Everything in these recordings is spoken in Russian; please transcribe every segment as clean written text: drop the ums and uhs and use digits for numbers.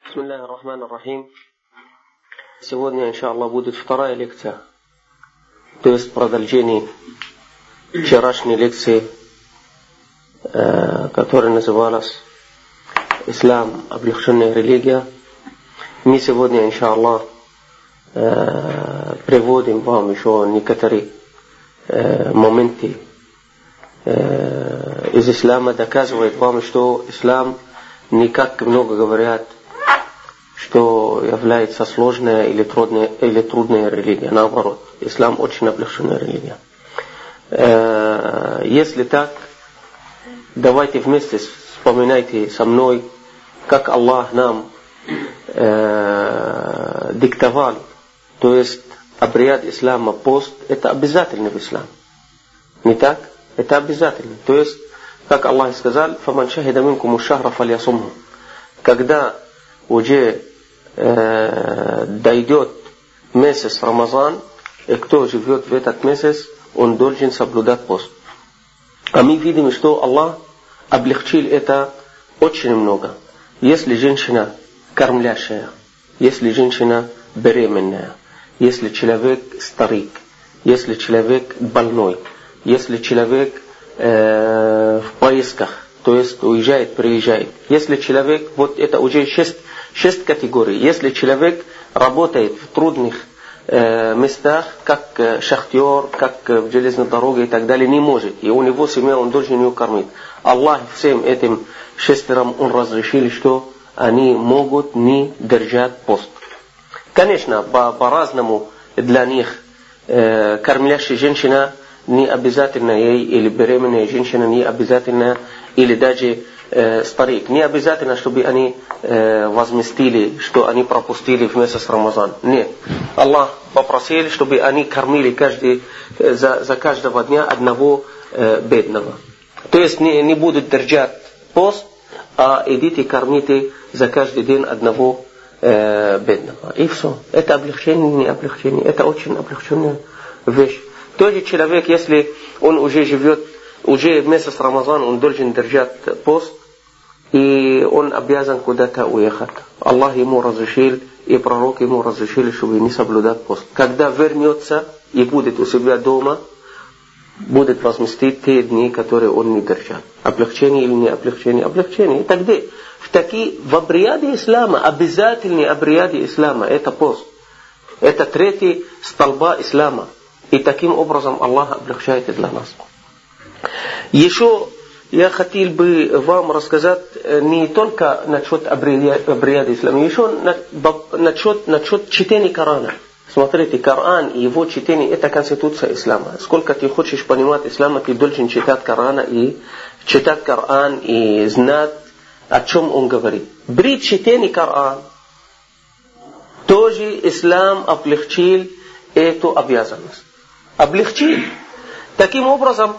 Бисмиллахи рахмани рахим. Сегодня, иншаллах, будет вторая лекция, то есть продолжение вчерашней лекции, которая называлась «Ислам. Облегченная религия». Мы сегодня, иншаллах, приводим вам еще некоторые моменты из ислама, доказывает вам, что ислам не как много говорят, что является сложная или трудная религия. Наоборот, ислам очень облегченная религия. Если так, давайте вместе вспоминайте со мной, как Аллах нам диктовал, то есть обряд ислама, пост, это обязательно в ислам. Не так? Это обязательно. То есть, как Аллах сказал, فَمَنْ شَهِدَ مِنْكُمُ الشَّهْرَ فَلْيَصُمْهُ. Когда уже дойдет месяц Рамазан, и кто живет в этот месяц, он должен соблюдать пост. А мы видим, что Аллах облегчил это очень много. Если женщина кормящая, если женщина беременная, если человек старик, если человек больной, если человек в поездках, то есть уезжает, приезжает. Если человек, вот это уже 6 категорий. Если человек работает в трудных местах, как шахтер, как в железной дороге и так далее, не может. И у него семья, он должен ее кормить. Аллах всем этим 6 он разрешил, что они могут не держать пост. Конечно, по-разному для них кормящая женщина не обязательно ей, или беременная женщина не обязательно, или даже старик. Не обязательно, чтобы они возместили, что они пропустили в месяц Рамазан. Нет. Аллах попросил, чтобы они кормили за каждого дня одного бедного. То есть не будут держать пост, а идите кормите за каждый день одного бедного. И все. Это облегчение, не облегчение. Это очень облегченная вещь. Тот же человек, если он уже живет, уже в месяц Рамазан, он должен держать пост, и он обязан куда-то уехать. Аллах ему разрешил, и пророк ему разрешил, чтобы не соблюдать пост. Когда вернется и будет у себя дома, будет возместить те дни, которые он не держал. Облегчение или не облегчение? Облегчение. И тогда в обряде ислама, обязательные обряды ислама, это пост. Это 3 столба ислама. И таким образом Аллах облегчает для нас. Еще я хотел бы вам рассказать не только насчет обряда ислама, еще насчет чтения Корана. Смотрите, Коран и его чтение – это конституция ислама. Сколько ты хочешь понимать ислама, ты должен читать Коран и знать, о чем он говорит. При чтении Корана тоже ислам облегчил эту обязанность. Облегчил. Таким образом,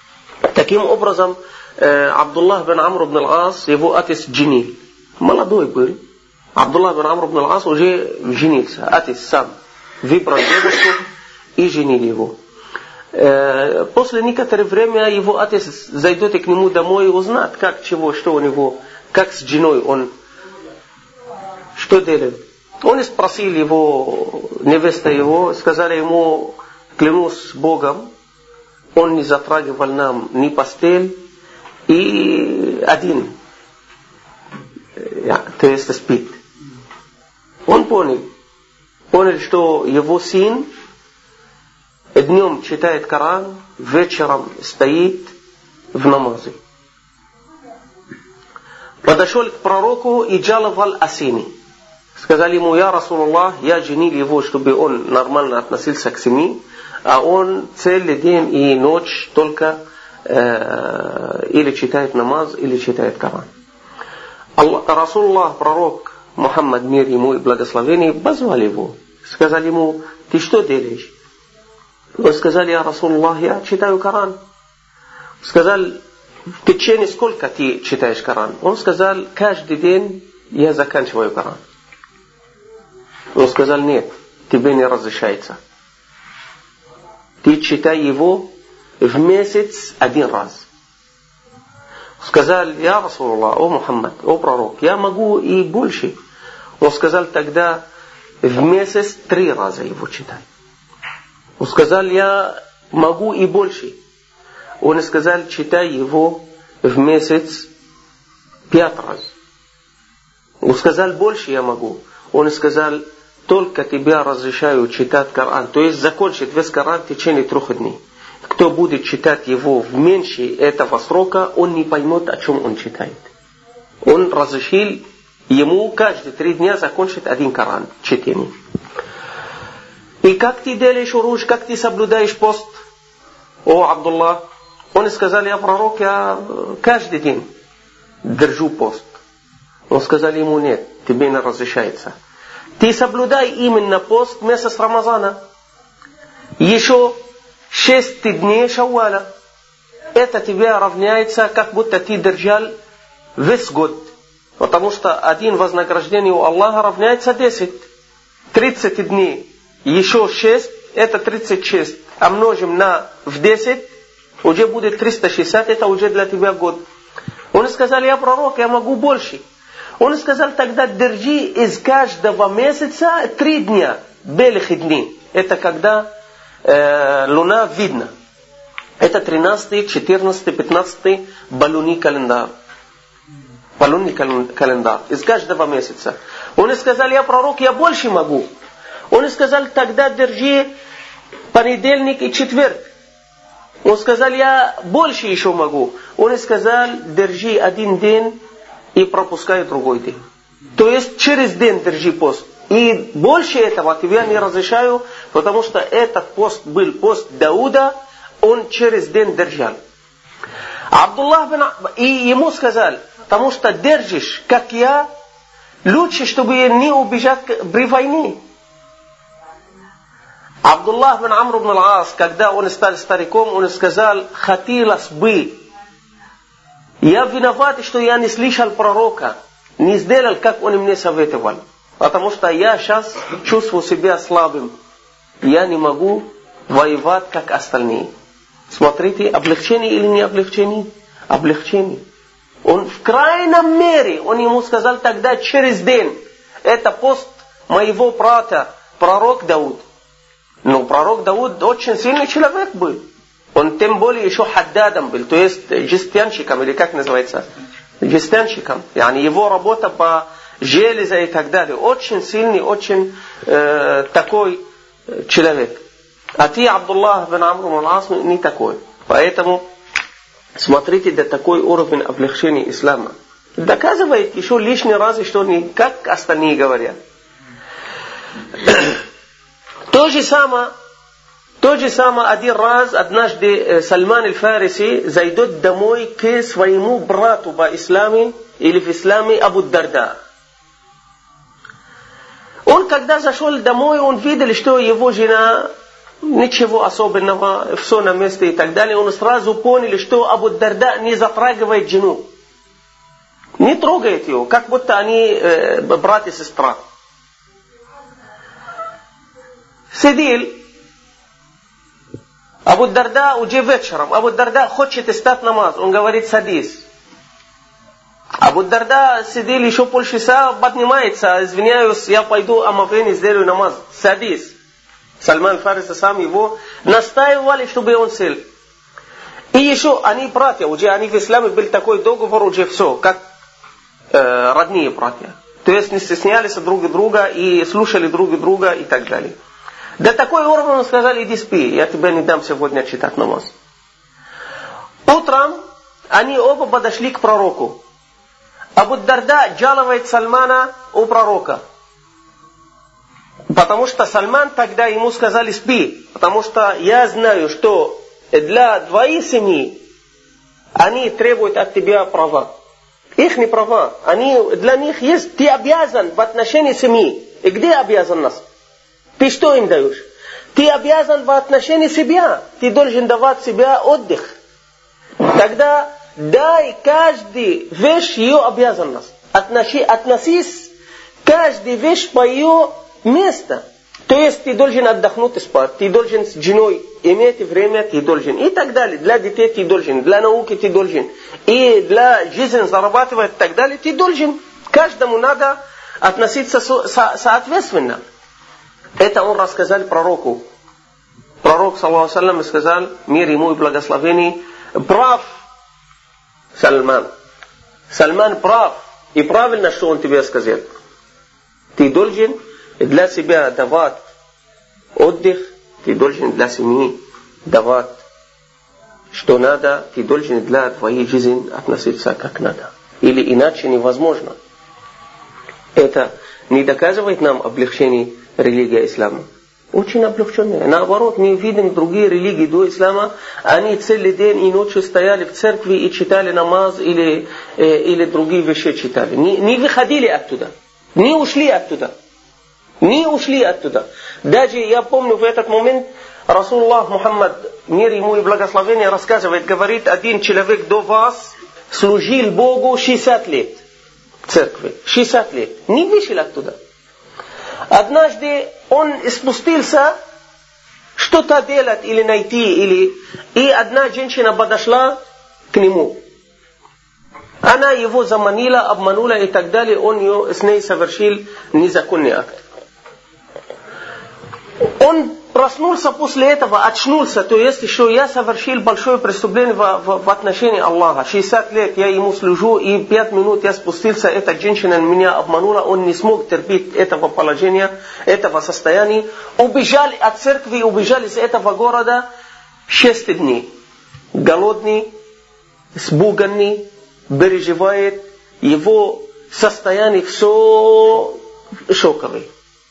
Абдуллах бен Амр бен Ас, его отец женил. Молодой был. Абдуллах бен Амр бен Ас уже женился. Отец сам выбрал девушку и женил его. После некоторого времени его отец зайдет к нему домой и узнает, как, чего, что у него, как с женой он, что делает. Он спросил его, невеста его, сказали ему, клянусь Богом, он не затрагивал нам ни постель и один, то есть спит. Он понял, что его сын днем читает Коран, вечером стоит в намазе. Подошел к пророку и жаловал о сыне. Сказали ему: я Расулуллах, я женил его, чтобы он нормально относился к семье, а он целый день и ночь только или читает намаз, или читает Коран. Расулуллах, пророк Мухаммад, мир ему и благословение, позвали его. Сказали ему: ты что делаешь? Он сказал: я Расулуллах, я читаю Коран. Сказал: в течение сколько ты читаешь Коран? Он сказал: каждый день я заканчиваю Коран. Он сказал: нет, тебе не разрешается. Ты читай его в месяц 1 раз. Сказал: я Расулуллах, о Мухаммад, о пророк, я могу и больше. Он сказал тогда в месяц 3 раза его читай. Он сказал, я могу и больше. Он сказал, читай его в месяц 5 раз. Он сказал, больше я могу. Он сказал, только тебя разрешаю читать Коран. То есть закончить весь Коран в течение 3 дней. Кто будет читать его в меньше этого срока, он не поймет, о чем он читает. Он разрешил ему каждые 3 дня закончить 1 Коран чтение. И как ты делаешь уруж, как ты соблюдаешь пост, о Абдулла? Он сказал, я пророк, я каждый день держу пост. Он сказал ему, нет, тебе не разрешается. Ты соблюдай именно пост месяц Рамазана. Еще 6 дней Шауаля. Это тебе равняется, как будто ты держал весь год. Потому что один вознаграждение у Аллаха равняется 10. 30 дней. Еще 6, это 36. Умножим в 10, уже будет 360, это уже для тебя год. Он сказал, я пророк, я могу больше. Он сказал, тогда держи из каждого месяца 3 дня, белых дней. Это когда луна видна. Это 13, 14, 15 балуни календарь. Балуни календарь. Из каждого месяца. Он сказал, я пророк, я больше могу. Он сказал, тогда держи понедельник и четверг. Он сказал, я больше еще могу. Он сказал, держи 1 день и пропускай другой день. То есть через день держи пост. И больше этого тебя не разрешаю, потому что этот пост был пост Дауда, он через день держал. И ему сказал, потому что держишь, как я, лучше, чтобы не убежать при войне. Абдуллах бин Амр бин Ал-Ас, когда он стал стариком, он сказал, хотелось бы, я виноват, что я не слышал пророка, не сделал, как он мне советовал. Потому что я сейчас чувствую себя слабым. Я не могу воевать, как остальные. Смотрите, облегчение или не облегчение? Облегчение. Он в крайнем мере, он ему сказал тогда через день, это пост моего брата, пророк Дауд. Но пророк Дауд очень сильный человек был. Он тем более еще хаддадом был, то есть жестянщиком, или как называется? Жестянщиком. Его работа по железе и так далее. Очень сильный, очень такой человек. А ты, Абдуллах бин Амр бин Ал-Ас, не такой. Поэтому смотрите, до такой уровень облегчения ислама. Доказывает еще лишний раз, что не как остальные говорят. То же самое, один раз, однажды Сальман аль-Фариси зайдет домой к своему брату по исламе, или в исламе Абу Дарда. Он, когда зашел домой, он видел, что его жена, ничего особенного, все на месте и так далее. Он сразу понял, что Абу Дарда не затрагивает жену. Не трогает ее, как будто они брат и сестра. Сидел Абу Дарда уже вечером. Абу Дарда хочет стать намаз. Он говорит, садись. Абу Дарда сидел еще полчаса, поднимается, извиняюсь, я пойду омовение сделаю намаз. Садись. Сальман Фариси сам его настаивали, чтобы он сел. И еще они братья, уже они в исламе был такой договор, уже все, как родные братья. То есть не стеснялись друг друга и слушали друг друга и так далее. До такой уровня он сказал, иди спи, я тебе не дам сегодня читать намаз. Утром они оба подошли к пророку. Абу Дарда жалует Сальмана у пророка. Потому что Сальман тогда ему сказали, спи. Потому что я знаю, что для твоей семьи они требуют от тебя права. Их не права. Для них есть, ты обязан в отношении семьи. И где обязанность? Ты что им даешь? Ты обязан в отношении себя. Ты должен давать себе отдых. Тогда дай каждой вещь ее обязанность. Относись каждой вещь по ее месту. То есть ты должен отдохнуть и спать. Ты должен с женой иметь время, ты должен. И так далее. Для детей ты должен. Для науки ты должен. И для жизни зарабатывать и так далее ты должен. Каждому надо относиться соответственно. Это он рассказал пророку. Пророк, саллаллаху алейхи сказал, мир ему и благословение, прав Сальман. Сальман прав. И правильно, что он тебе сказал. Ты должен для себя давать отдых, ты должен для семьи давать, что надо, ты должен для твоей жизни относиться как надо. Или иначе невозможно. Это не доказывает нам облегчение религии ислама. Очень облегченная. Наоборот, мы видим другие религии до ислама, они целый день и ночью стояли в церкви и читали намаз или другие вещи читали. Не выходили оттуда. Не ушли оттуда. Не ушли оттуда. Даже я помню в этот момент Расулуллах Мухаммад, мир ему и благословение, рассказывает, говорит, один человек до вас служил Богу 60 лет в церкви. 60 лет. Не вышел оттуда. Однажды он спустился что-то делать или найти, и одна женщина подошла к нему. Она его заманила, обманула и так далее, он с ней совершил незаконный акт. Он проснулся после этого, очнулся, то есть, что я совершил большое преступление в отношении Аллаха. 60 лет я ему служу, и 5 минут я спустился, эта женщина меня обманула, он не смог терпеть этого положения, этого состояния. Убежали от церкви, убежали из этого города 6 дней. Голодный, сбуганный, переживает, его состояние все шоковое.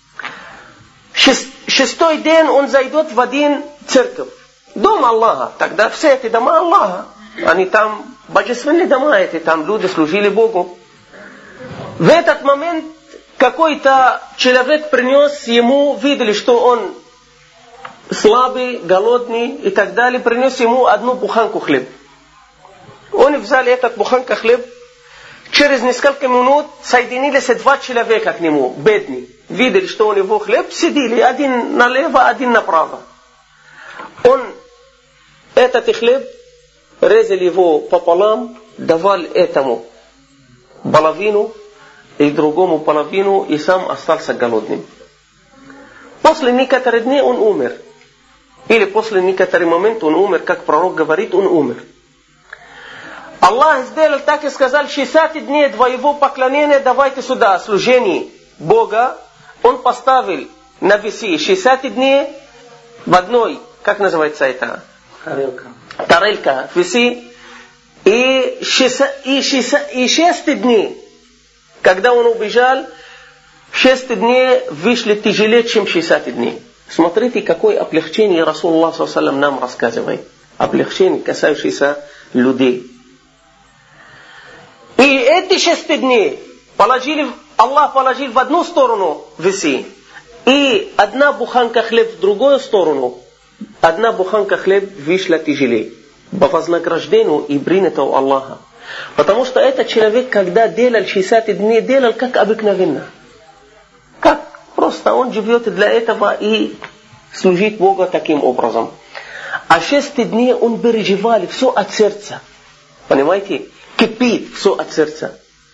6-й день он зайдет в один церковь. Дом Аллаха. Тогда все эти дома Аллаха. Они там божественные дома эти. Там люди служили Богу. В этот момент какой-то человек принес ему, видели, что он слабый, голодный и так далее. Принес ему одну буханку хлеб. Они взяли этот буханку хлеб. Через несколько минут соединились 2 человека к нему, бедные. Видели, что у него хлеб, сидели, один налево, один направо. Он этот хлеб, резали его пополам, давал этому половину, и другому половину, и сам остался голодным. После некоторых дней он умер. Или после некоторых моментов он умер, как пророк говорит, он умер. Аллах сделал так и сказал, 60 дней твоего поклонения давайте сюда, служение Бога. Он поставил на весы 60 дней в одной, как называется это? Тарелка весы. И 6 дней, когда он убежал, 6 дней вышли тяжелее, чем 60 дней. Смотрите, какое облегчение Расулуллах ﷺ нам рассказывает. Облегчение, касающееся людей. И эти 6 дней Аллах положил в одну сторону весы. И одна буханка хлеб в другую сторону. Одна буханка хлеб вышла тяжелее. По вознаграждению и принято у Аллаха. Потому что этот человек, когда делал 60 дней, делал как обыкновенно. Как просто он живет для этого и служит Богу таким образом. А 6 дней он переживал все от сердца. Понимаете? Кипит все от сердца.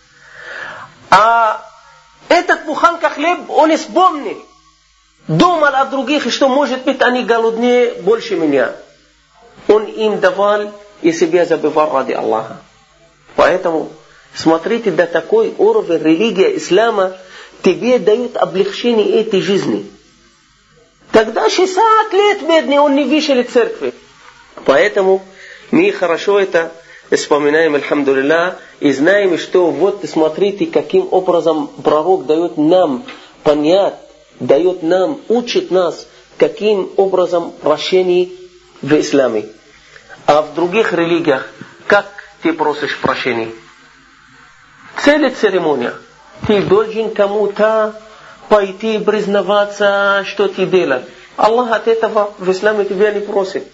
А этот буханка хлеб, он вспомнил. Думал о других, что может быть они голоднее больше меня. Он им давал и себя забывал ради Аллаха. Поэтому смотрите, до такой уровень религия ислама тебе дают облегчение этой жизни. Тогда 60 лет бедный, он не вышел из церкви. Поэтому мы хорошо это вспоминаем, альхамдулилля, и знаем, что вот смотрите, каким образом пророк дает нам понять, дает нам, учит нас, каким образом прощение в исламе. А в других религиях, как ты просишь прощения? Целая церемония. Ты должен кому-то пойти признаваться, что ты делал. Аллах от этого в исламе тебя не просит.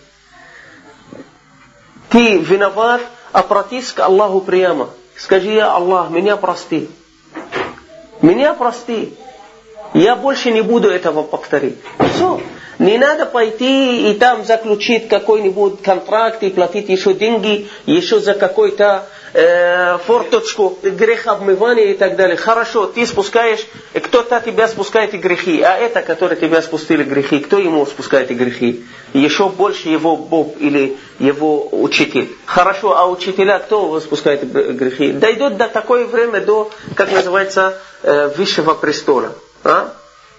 Ты виноват, обратись к Аллаху прямо. Скажи: я Аллах, меня прости. Меня прости. Я больше не буду этого повторить. Все. Не надо пойти и там заключить какой-нибудь контракт и платить еще деньги, еще за какой-то форточку, грех обмывания и так далее. Хорошо, ты спускаешь, кто-то тебя спускает и грехи, а это, которые тебя спустили грехи, кто ему спускает и грехи? Еще больше его Бог или его учитель. Хорошо, а учителя кто спускает грехи? Дойдет до такое время, до, как называется, высшего престола. А?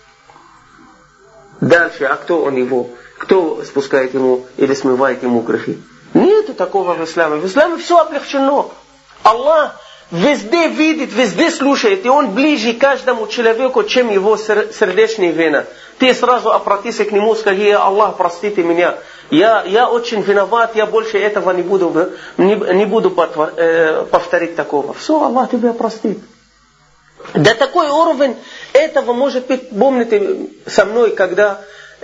Дальше, а кто он его? Кто спускает ему или смывает ему грехи? Нету такого в исламе. В исламе все облегчено. Аллах везде видит, везде слушает, и Он ближе каждому человеку, чем его сердечная вена. Ты сразу обратись к Нему, скажи: Аллах, простите меня, я очень виноват, я больше этого не буду повторить такого. Все, Аллах тебя простит. До такой уровень этого, может быть, помните со мной, когда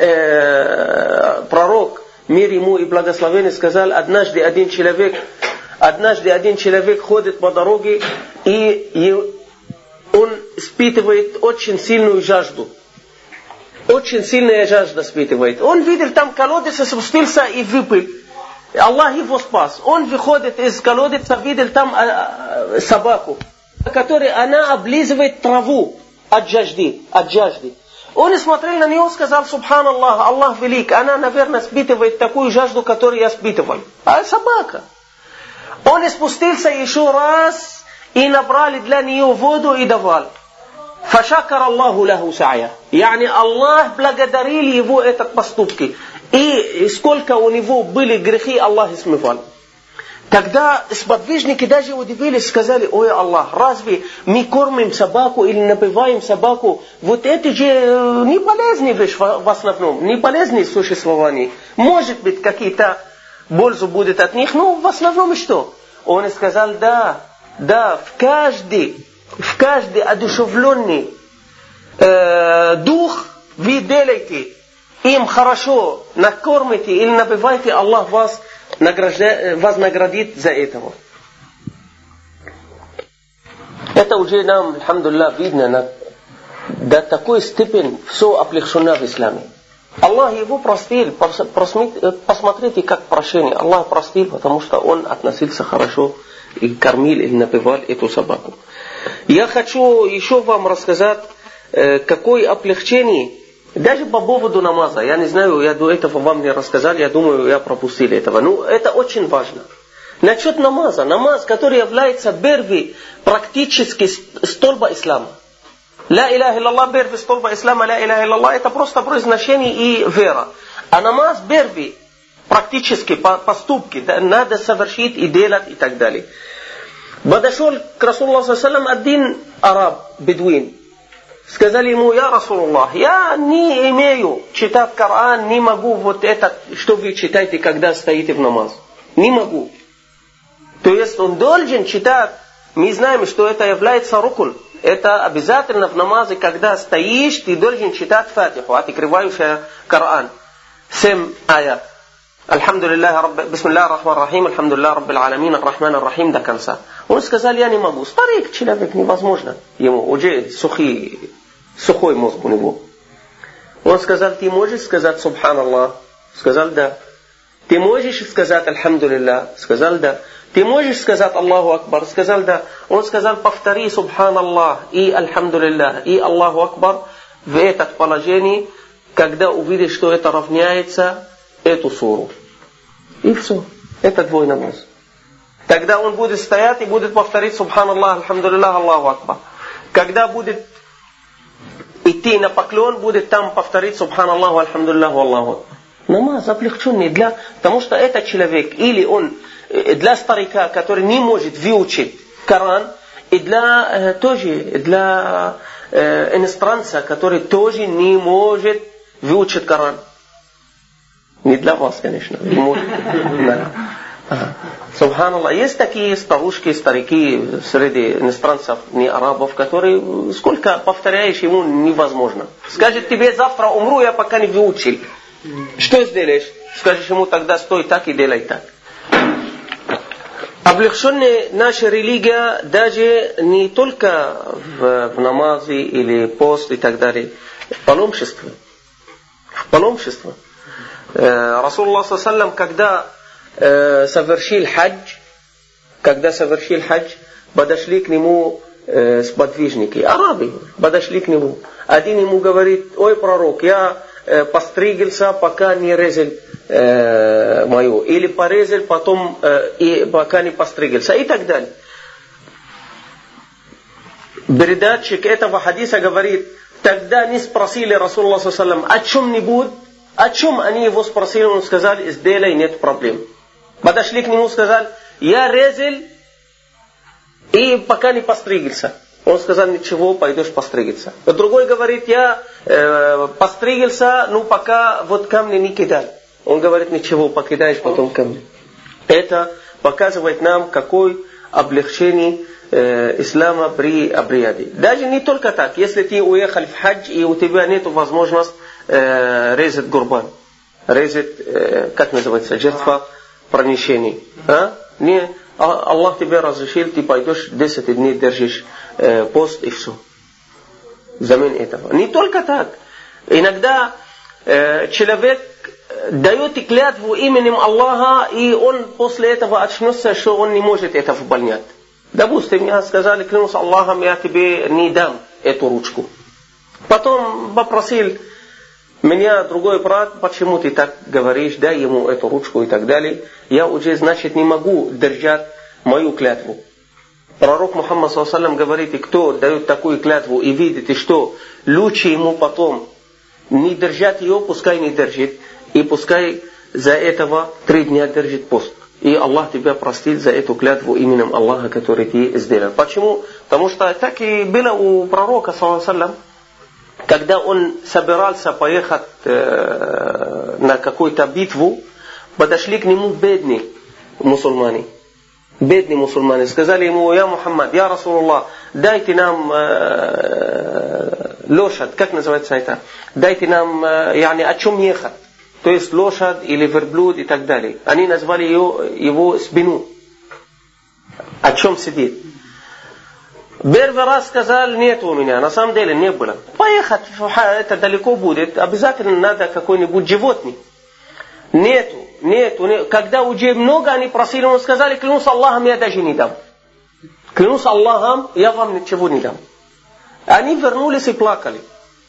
пророк, мир ему и благословение, сказал: однажды один человек ходит по дороге, и он испытывает очень сильную жажду. Очень сильная жажда испытывает. Он видел там колодец, спустился и выпил. Аллах его спас. Он выходит из колодца, видел там собаку, которая она облизывает траву от жажды. Он смотрел на нее, сказал: Субханаллах, Аллах велик, она, наверное, испытывает такую жажду, которую я испытывал. А собака. Он спустился еще раз и набрали для нее воду и давал. Фашакар Аллаху лаху сая. Yani Аллах благодарил его этот поступки. И сколько у него были грехи, Аллах смывал. Тогда сподвижники даже удивились, сказали: ой, Аллах, разве мы кормим собаку или напиваем собаку? Вот это же не полезные вещи в основном, не полезные существования. Может быть, какие-то пользу будет от них, но в основном что? Он сказал: да, в каждый одушевленный дух вы делаете им хорошо, накормите или напивайте, Аллах вас вознаградит за этого. Это уже нам, альхамдулилlah, видно до такой степени все облегчено в исламе. Аллах его простил. Посмотрите, как прощение. Аллах простил, потому что он относился хорошо и кормил или напевал эту собаку. Я хочу еще вам рассказать, какое облегчение, даже по поводу намаза. Я не знаю, я до этого вам не рассказал, я думаю, я пропустил этого. Но это очень важно. Насчет намаза. Намаз, который является первой практически столба ислама. Ла иляха илляллах, первый столба ислама, ла иляха илляллах, это просто произношение и вера. А намаз первый, практически поступки, надо совершить и делать и так далее. Подошел к Расулуллаху саллаллаху алейхи один араб, бедуин. Сказали ему: я Расулуллах, я не имею читать Коран, не могу вот это, что вы читаете, когда стоите в намаз. Не могу. То есть он должен читать, мы знаем, что это является рукун. Это обязательно в намазе, когда стоишь, ты должен читать фатиху, открывающая Коран. 7 аят. Альхамдулиллах, бисмиллахи рахмани рахим, альхамдулиллах раббил аламин, ар-рахман ар-рахим до конца. Он сказал: я не могу. Старик человек, невозможно. Ему уже сухой мозг у него. Он сказал: ты можешь сказать Субханаллах? Сказал: да. Ты можешь сказать Альхамдулиллах? Сказал: да. Ты можешь сказать Аллаху Акбар? Сказал: да. Он сказал: повтори Субханаллах и Альхамдулиллах и Аллаху Акбар в этом положении, когда увидишь, что это равняется эту суру. И все. Это твой намаз. Тогда он будет стоять и будет повторить Субханаллах, Альхамдулиллах, Аллаху Акбар. Когда будет идти на поклон, будет там повторить Субханаллах, Альхамдулиллах, Аллаху Акбар. Намаз облегченный потому что этот человек, или он для старика, который не может выучить Коран, и для иностранца, который тоже не может выучить Коран. Не для вас, конечно. Не может. Субханаллах. Есть такие старушки, старики среди иностранцев, не арабов, которые сколько повторяешь, ему невозможно. Скажет тебе: завтра умру, я пока не выучил. Что сделаешь? Скажешь ему: тогда стой так и делай так. Облегченная наша религия даже не только в намазе или пост и так далее. Паломничество. Расулуллах саллаллаху алейхи, когда совершил хадж, когда совершил хадж, подошли к нему сподвижники, арабы, подошли к нему. Один ему говорит: ой, пророк, я постригился, пока не резал мою, или порезал, потом и пока не постригился, и так далее. Передатчик этого хадиса говорит: тогда не спросили Расулуллах ﷺ о чем-нибудь, о чем они его спросили, он сказал: сделай, нет проблем. Подошли к нему, сказали: я резал, и пока не постригился. Он сказал: ничего, пойдешь постригиться. А другой говорит: я постригился, но пока вот камни не кидал. Он говорит: ничего, покидаешь потом камни. Это показывает нам, какое облегчение ислама при обряде. Даже не только так. Если ты уехал в хадж и у тебя нет возможности резать гурбан, резать, как называется, жертва пронесений. Не, Аллах тебе разрешил, ты пойдешь 10 дней держишь пост и все. Взамен этого. Не только так. Иногда человек дает клятву именем Аллаха, и он после этого очнется, что он не может это выполнять. Допустим, я сказал: клянусь Аллахом, я тебе не дам эту ручку. Потом попросил меня другой брат: почему ты так говоришь, дай ему эту ручку и так далее. Я уже, значит, не могу держать мою клятву. Пророк Мухаммад ﷺ говорит: и кто дает такую клятву и видит, что лучше ему потом не держать ее, пускай не держит, и пускай за этого 3 дня держит пост. И Аллах тебя простит за эту клятву именем Аллаха, который ты сделал. Почему? Потому что так и было у пророка ﷺ. Когда он собирался поехать на какую-то битву, подошли к нему бедные мусульмане. Бедные мусульмане сказали ему: я Мухаммад, я Расулуллах, дайте нам лошадь, как называется это? Дайте нам, о чем ехать? То есть лошадь или верблюд и так далее. Они назвали его спину. О чем сидит? Первый раз сказал: нет у меня, на самом деле не было. Поехать, это далеко будет, обязательно надо какой-нибудь животный. Нету. Когда уже много они просили, он сказали: клянусь Аллахом, я даже не дам. Клянусь Аллахом, я вам ничего не дам. Они вернулись и плакали.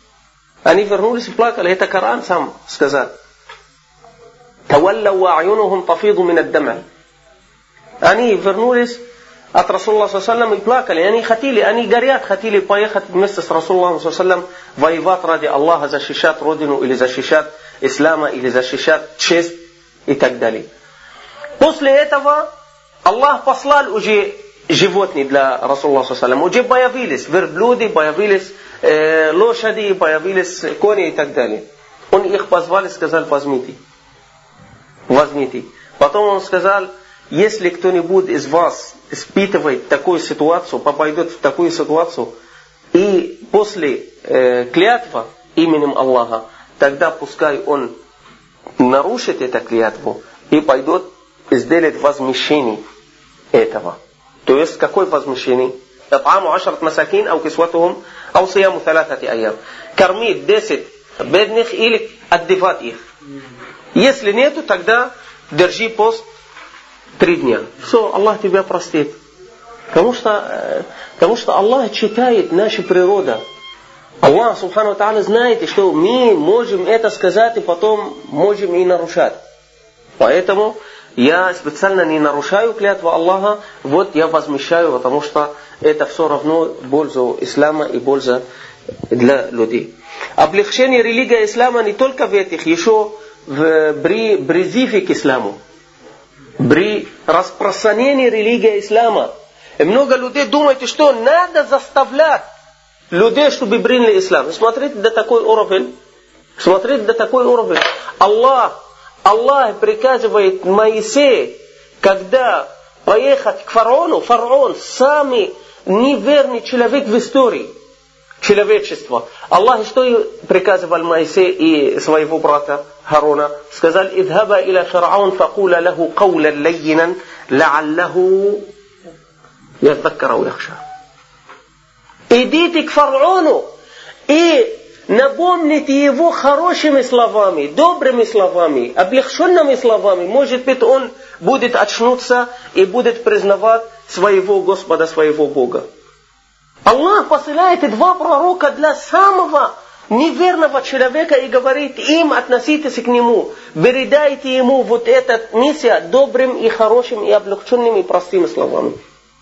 Это Коран сам сказал. Таваллау а'юнухум тафиду мин ад-дам'а. Они вернулись от Расулуллаха ﷺ и плакали. Они горят, хотели поехать вместе с Расулуллахом ﷺ воевать ради Аллаха, защищать родину, или защищать ислама, или защищать честь и так далее. После этого Аллах послал уже животные для Расулуллаха ﷺ. Уже появились верблюды, появились лошади, появились кони и так далее. Он их позвал и сказал: возьмите. Потом он сказал: если кто-нибудь из вас испытывает такую ситуацию, попадет в такую ситуацию, и после клятва именем Аллаха, тогда пускай он нарушит эту клятву и пойдет сделать возмещение этого. То есть, какое возмещение? Тат'аму 10 масакин, ау кисватухум, ау сияму 3 аям. Кормить 10 бедных или отдевать их. Если нету, тогда держи пост 3 дня. Все, Аллах тебя простит. Потому что Аллах читает нашу природу. Аллах Субхану Тааля знает, что мы можем это сказать и потом можем и нарушать. Поэтому я специально не нарушаю клятву Аллаха, вот я возмещаю, потому что это все равно пользу ислама и польза для людей. Облегчение религии ислама не только в этих, еще при призыве к исламу. При распространении религии ислама. И много людей думают, что надо заставлять людей, чтобы приняли ислам. Смотрите до такой уровень. Аллах приказывает Моисею, когда поехать к фараону. Фараон самый неверный человек в истории человечества. Аллах что приказывал Моисею и своего брата Харуна? Сказал: «Идхаба иля фараон факула лаху каулян лаййинан лааллаху ядзаккара ва яхша». Идите к фараону и напомните его хорошими словами, добрыми словами, облегченными словами. Может быть, он будет очнуться и будет признавать своего Господа, своего Бога. Аллах посылает 2 пророка для самого неверного человека и говорит им: относитесь к нему, передайте ему вот эту миссию добрым и хорошим и облегченными и простыми словами.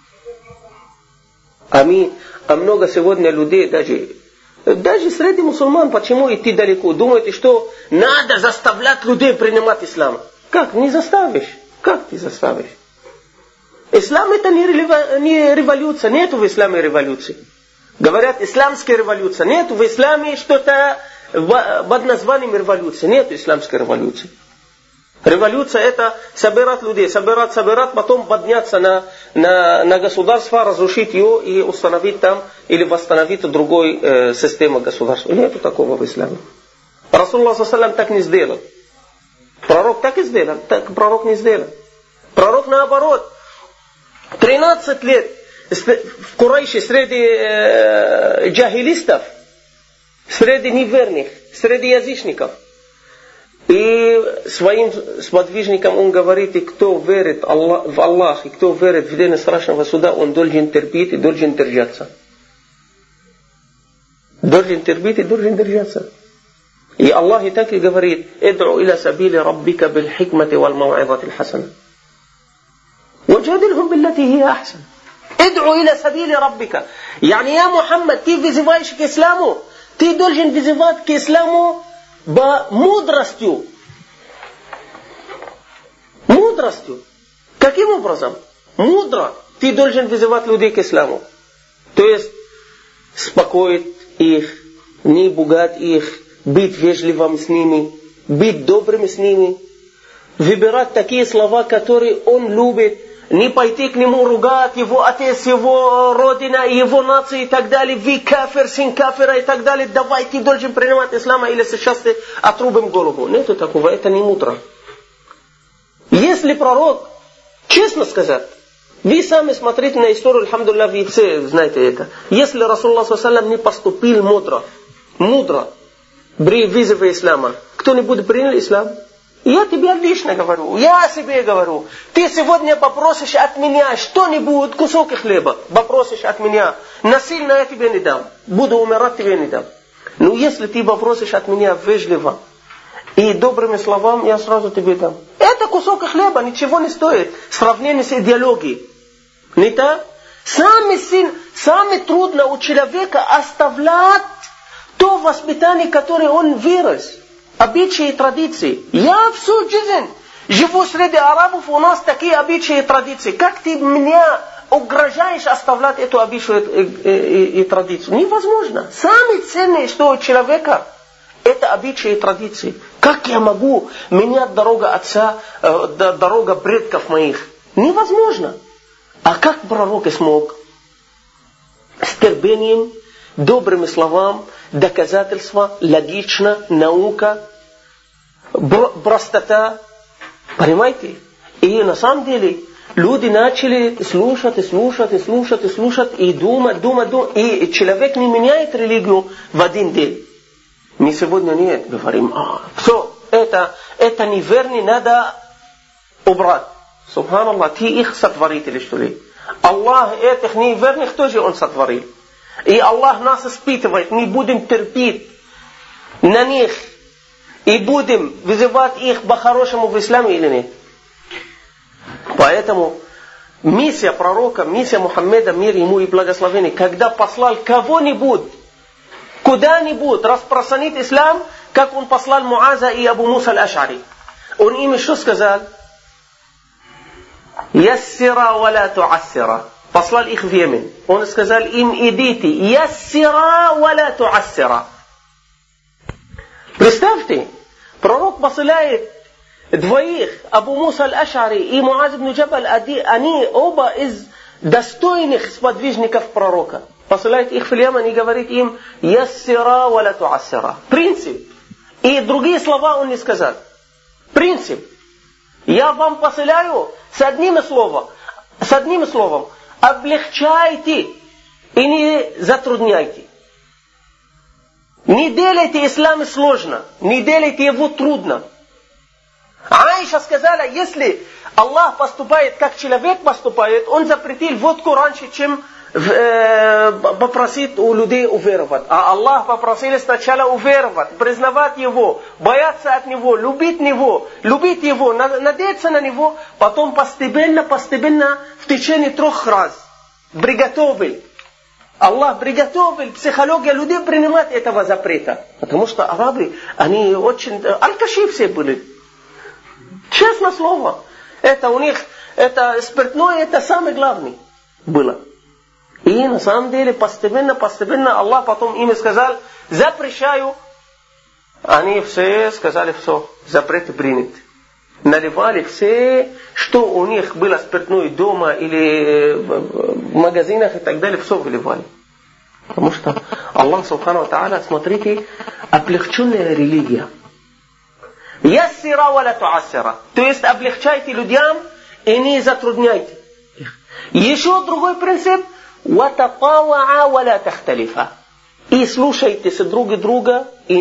А много сегодня людей, даже среди мусульман, почему идти далеко? Думаете, что надо заставлять людей принимать ислам. Как? Не заставишь. Как ты заставишь? Ислам это не революция. Нету в исламе революции. Говорят, исламская революция. Нету в исламе что-то под названием революции. Нету исламской революции. Революция это собирать людей, собирать, потом подняться на государство, разрушить ее и установить там или восстановить другую систему государства. Нету такого в исламе. Расулуллах ﷺ так не сделал. Пророк так и сделал, так пророк не сделал. Пророк наоборот. 13 лет в Курайше среди джахилистов, среди неверных, среди язычников. И своим сподвижникам он говорит: и кто верит в Аллах, и кто верит в день страшного суда, он должен терпеть и должен держаться. Должен терпеть и должен держаться. И Аллах и так и говорит: «Ид'у иля сабили раббика бил хикмати вал мау'изати хасана. Ваджадилхум биллати хия ахсан». «Ид'у иля сабили раббика». Yani, я Мухаммад, ты вызываешь к исламу, ты должен вызывать к исламу мудростью. Мудростью. Каким образом? Мудро ты должен вызывать людей к исламу. То есть, успокоить их, не пугать их, быть вежливым с ними, быть добрым с ними, выбирать такие слова, которые он любит, не пойти к нему ругать его отец, его родина, его нация и так далее, вы кафир, сын кафира и так далее, давай ты должен принимать ислама или сейчас ты отрубим голову. Нету такого, это не мудро. Если пророк, честно сказать, вы сами смотрите на историю, альхамдулилля, вы все знаете это. Если Расулуллах ﷺ не поступил мудро, при вызове ислама, кто-нибудь принял ислам? Я тебе лично говорю, я себе говорю. Ты сегодня попросишь от меня что-нибудь, кусок хлеба, попросишь от меня, насильно я тебе не дам, буду умирать, тебе не дам. Но если ты попросишь от меня вежливо и добрыми словами, я сразу тебе дам. Это кусок хлеба, ничего не стоит в сравнении с идеологией. Не так? Самое трудно у человека оставлять то воспитание, которое он вырос. Обычаи и традиции. Я всю жизнь живу среди арабов, у нас такие обычаи и традиции. Как ты меня угрожаешь оставлять эту обычаю и традицию? Невозможно. Самое ценное, что у человека, это обычаи и традиции. Как я могу менять дорогу отца, дорога предков моих? Невозможно. А как пророк смог? С терпением, добрыми словами, доказательства, логично, наука, простота. Понимаете? И на самом деле люди начали слушать и думать. И человек не меняет религию в один день. Мы сегодня нет, говорим, все, это неверно, надо убрать. Субханаллах, ты их сотворитель, что ли? Аллах этих неверных тоже он сотворил. И Аллах нас испытывает, мы будем терпеть на них и будем вызывать их по-хорошему в исламе или нет. Поэтому миссия пророка, миссия Мухаммеда, мир ему и благословение, когда послал кого-нибудь, куда-нибудь распространить ислам, как он послал Муаза и Абу Муса аль-Аш'ари. Он им что сказал? Яссира ва ла ту'ассира. Послал их в Йемен. Он сказал им: идите, яссира ва ла ту'ассира. Представьте, пророк посылает двоих, Абу Муса аль-Аш'ари и Муаз ибн Джабаль, они оба из достойных сподвижников пророка. Посылает их в Йемен и говорит им: яссира ва ла ту'ассира. Принцип. И другие слова он не сказал. Принцип. Я вам посылаю с одним словом. Облегчайте и не затрудняйте. Не делайте ислам сложно, не делайте его трудно. Аиша сказала, если Аллах поступает, как человек поступает, Он запретил водку раньше, чем попросит у людей уверовать. А Аллах попросил сначала уверовать, признавать Его, бояться от Него, любить Его, надеяться на Него, потом постепенно, в течение 3 раз приготовил. Аллах приготовил психологию людей принимать этого запрета. Потому что арабы, они очень алкаши все были. Честное слово. Это у них, это спиртное, это самое главное было. И на самом деле постепенно Аллах потом им сказал, запрещаю. Они все сказали, все, запрет принят. Наливали все, что у них было спиртное дома или в магазинах и так далее, все выливали. Потому что Аллах Субхану ва Тааля, смотрите, облегченная религия. Яссира ва ла туассира. То есть облегчайте людям и не затрудняйте их. Еще другой принцип. وَتَطَاوَعَ وَلَا تَخْتَلِفَ. И слушайтесь друг друга и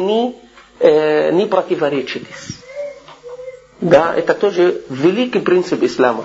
не противоречитесь. Да, это тоже великий принцип ислама.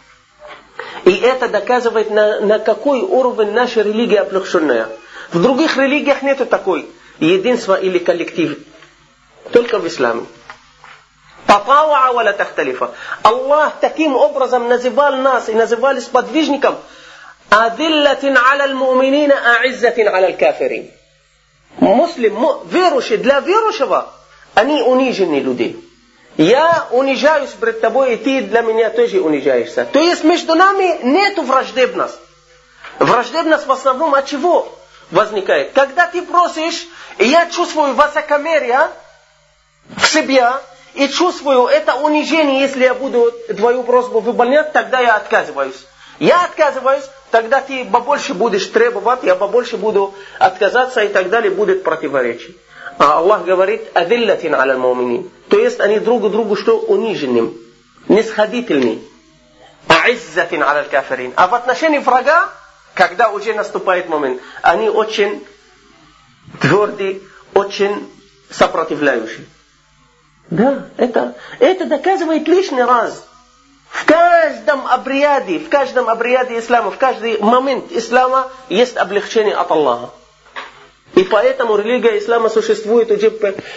И это доказывает, на какой уровень наша религия облегченная. В других религиях нету такой единства или коллектива. Только в исламе. تَطَاوَعَ وَلَا تَخْتَلِفَ. Аллах таким образом называл нас и называли сподвижником أذلة على المؤمنين أعزة على الكافرين. Муслим, верующий, для верующего, они униженные люди. Я унижаюсь перед тобой, и ты для меня тоже унижаешься. То есть между нами нету враждебности. Враждебность в основном от чего возникает? Когда ты просишь, и я чувствую высокомерие в себе, и чувствую это унижение, если я буду твою просьбу выполнять, тогда я отказываюсь. Я отказываюсь, тогда ты побольше будешь требовать, я побольше буду отказаться, и так далее, будет противоречие. А Аллах говорит, «Адиллатин аля муминин». То есть они друг другу что? Униженным, нисходительным. «А'иззатин аля кафирин». А в отношении врага, когда уже наступает момент, они очень твердые, очень сопротивляющие. Да, это доказывает лишний раз. В каждом обряде ислама, в каждый момент ислама есть облегчение от Аллаха. И поэтому религия ислама существует уже,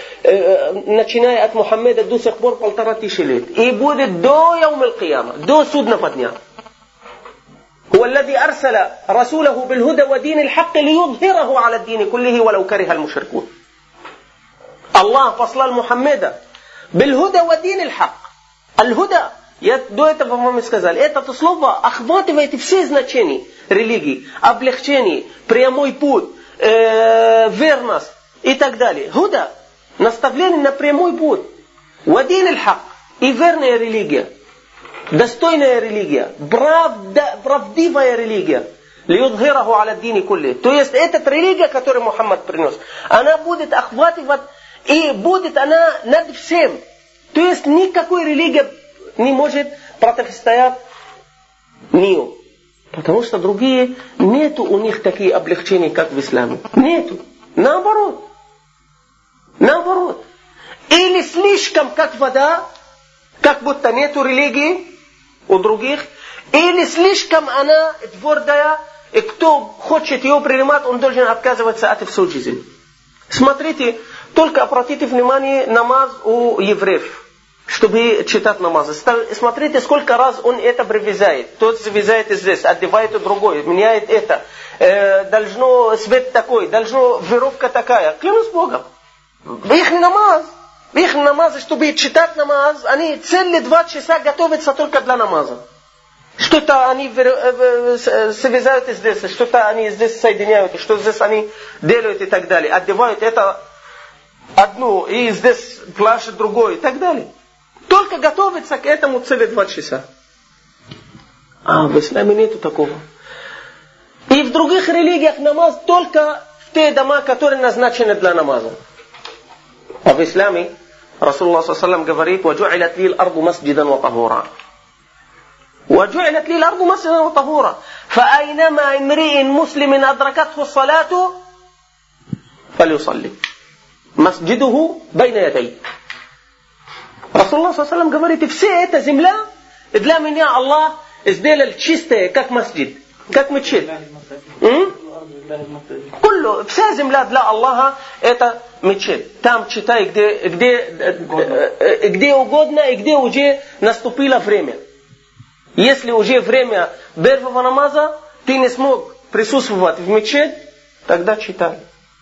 начиная от Мухаммеда до сих пор 1500 лет. И будет до яум аль-Кияма, до судного дня. هو الذي أرسل رسوله بالهدى ودين الحق ليظهره على الدين كله ولو كره المشركون. Аллах послал Мухаммеда بالهدى ودين الحق. الهدى, я до этого вам и сказал, это слово охватывает все значения религии. Облегчение, прямой путь, верность и так далее. Худа, наставление на прямой путь. Вадин аль-хак, и верная религия. Достойная религия. Правдивая религия. Лиюдхираху аля дини кулли. То есть эта религия, которую Мухаммад принес, она будет охватывать, и будет она над всем. То есть никакой религии не может противостоять нее. Потому что другие, нету у них такие облегчения, как в исламе. Нету. Наоборот. Или слишком, как вода, как будто нету религии у других. Или слишком она твердая, и кто хочет ее принимать, он должен отказываться от всей жизни. Смотрите, только обратите внимание на намаз у евреев. Чтобы читать намазы. Смотрите, сколько раз он это привязает. Тот завязает здесь, одевает другой, меняет это. Должно свет такой, должно веревка такая. Клянусь Богом. Их намазы, чтобы читать намаз, они целые 2 часа готовятся только для намаза. Что-то они связают здесь, что-то они здесь соединяют, что здесь они делают и так далее. Одевают это одну, и здесь плашет другой и так далее. Только готовиться к этому целые 2 часа. А в исламе нету такого. И в других религиях намаз только в те дома, которые назначены для намаза. А в исламе Расулуллах ﷺ говорит, وَجُعِلَتْ لِي الْأَرْضُ مَسْجِدًا وَطَهُورًا. وَجُعِلَتْ لِي الْأَرْضُ مَسْجِدًا وَطَهُورًا. فَأَيْنَمَا امْرِئٍ مُسْلِمٍ أَدْرَكَتْهُ الصَّلَاةُ فَلْيُصَلِّ. مَسْجِدُهُ بَيْنَ يَدَيْهِ. Расулуллах ﷺ говорит, и все эта земля, для меня Аллах сделал чистое, как масджид, как мечеть. Вся земля для Аллаха это мечеть. Там читай, где угодно и где уже наступило время. Если уже время первого намаза, ты не смог присутствовать в мечеть, тогда читай.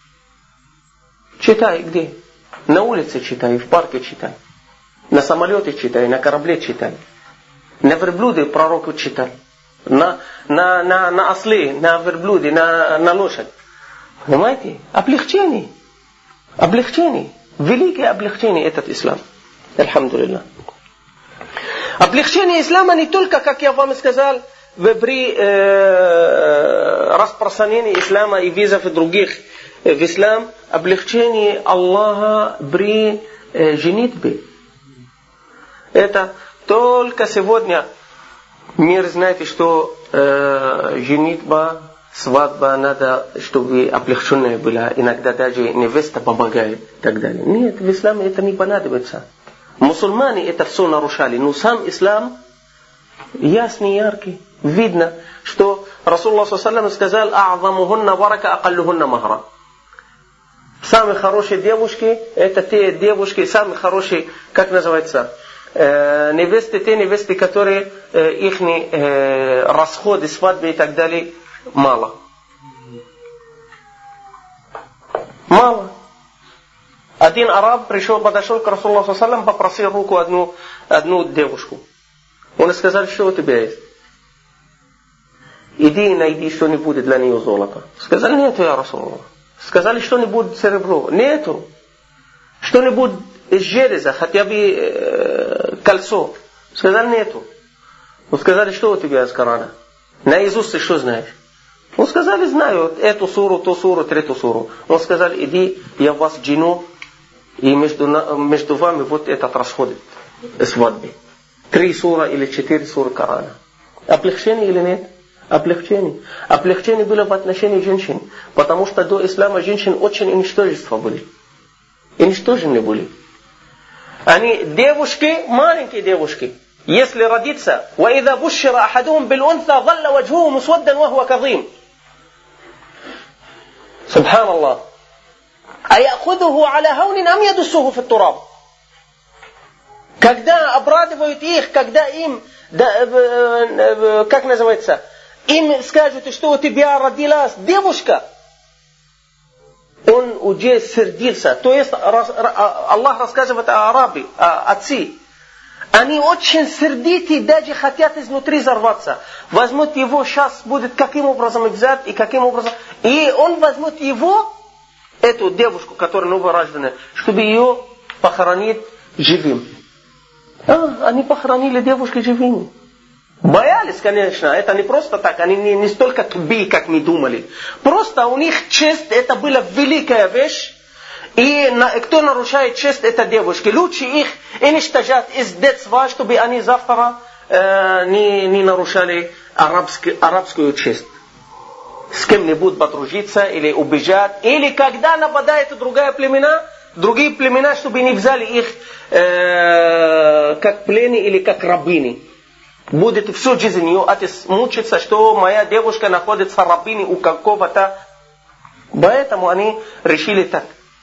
Читай где? На улице читай, в парке читай. На самолете читай, на корабле читай. На верблюде пророку читай. На осле, на верблюде, на лошадь. Понимаете? Облегчение. Облегчение. Великое облегчение этот ислам. Альхамдулилlah. Облегчение ислама не только, как я вам сказал, при распространении ислама и визов и других в ислам, облегчение Аллаха при женитьбе. Это только сегодня мир знает, что женитьба, свадьба надо, чтобы облегченная была. Иногда даже невеста помогает и так далее. Нет, в исламе это не понадобится. Мусульмане это все нарушали, но сам ислам ясный, яркий. Видно, что Расулуллах ﷺ сказал: «А'замухунна варака акаллухунна махра». Самые хорошие девушки, это те девушки, самые хорошие, как называется, невесты, те невесты, которые их расходы, свадьбы и так далее, мало. Мало. Один араб подошел к Расулуллаху ﷺ, попросил руку одну девушку. Он сказал: что у тебя есть? Иди и найди что-нибудь для нее золото. Сказали: нету, я Расулуллах. Сказали: что-нибудь серебро. Нету. Что-нибудь из железа, хотя бы кольцо. Сказали: нету. Он сказали: что у тебя из Корана? Наизусть ты что знаешь? Он сказали: знаю эту суру, ту суру, третью суру. Он сказал: иди, я вас джину, и между вами вот этот расход свадьбы. 3 сура или 4 суры Корана. Облегчение или нет? Облегчение. Облегчение было в отношении женщин. Потому что до ислама женщин очень ничтожество были. Уничтожены были. Они девушки, маленькие девушки. Если родиться, وَإِذَا بُشِّرَ أَحَدُهُمْ بِالْأُنْثَى ظَلَّ وَجْهُهُ مُسْوَدًّا وَهُوَ كَظِيمٌ. Субханаллах. أَيَأْخُذُهُ عَلَى هَوْنٍ أَمْ يَدُسُّهُ فِي التُّرَابِ. Когда обрадуют их, когда им, как называется, им скажут, что у тебя родилась девушка, он уже сердился. То есть Аллах рассказывает о арабе, о отце. Они очень сердиты, даже хотят изнутри взорваться. Возьмут его, сейчас будет каким образом взять и каким образом. И он возьмет его, эту девушку, которая новорожденная, чтобы ее похоронить живым. Они похоронили девушку живыми. Боялись, конечно, это не просто так, они не столько тупые, как мы думали. Просто у них честь, это была великая вещь. И кто нарушает честь, это девушки. Лучше их уничтожать из детства, чтобы они завтра не нарушали арабскую честь. С кем-нибудь подружиться или убежать. Или когда нападает другие племена, чтобы не взяли их как плены или как рабыни. Будет всю жизнь ее отец мучиться, что моя девушка находится рабыней у какого-то. Поэтому они решили так.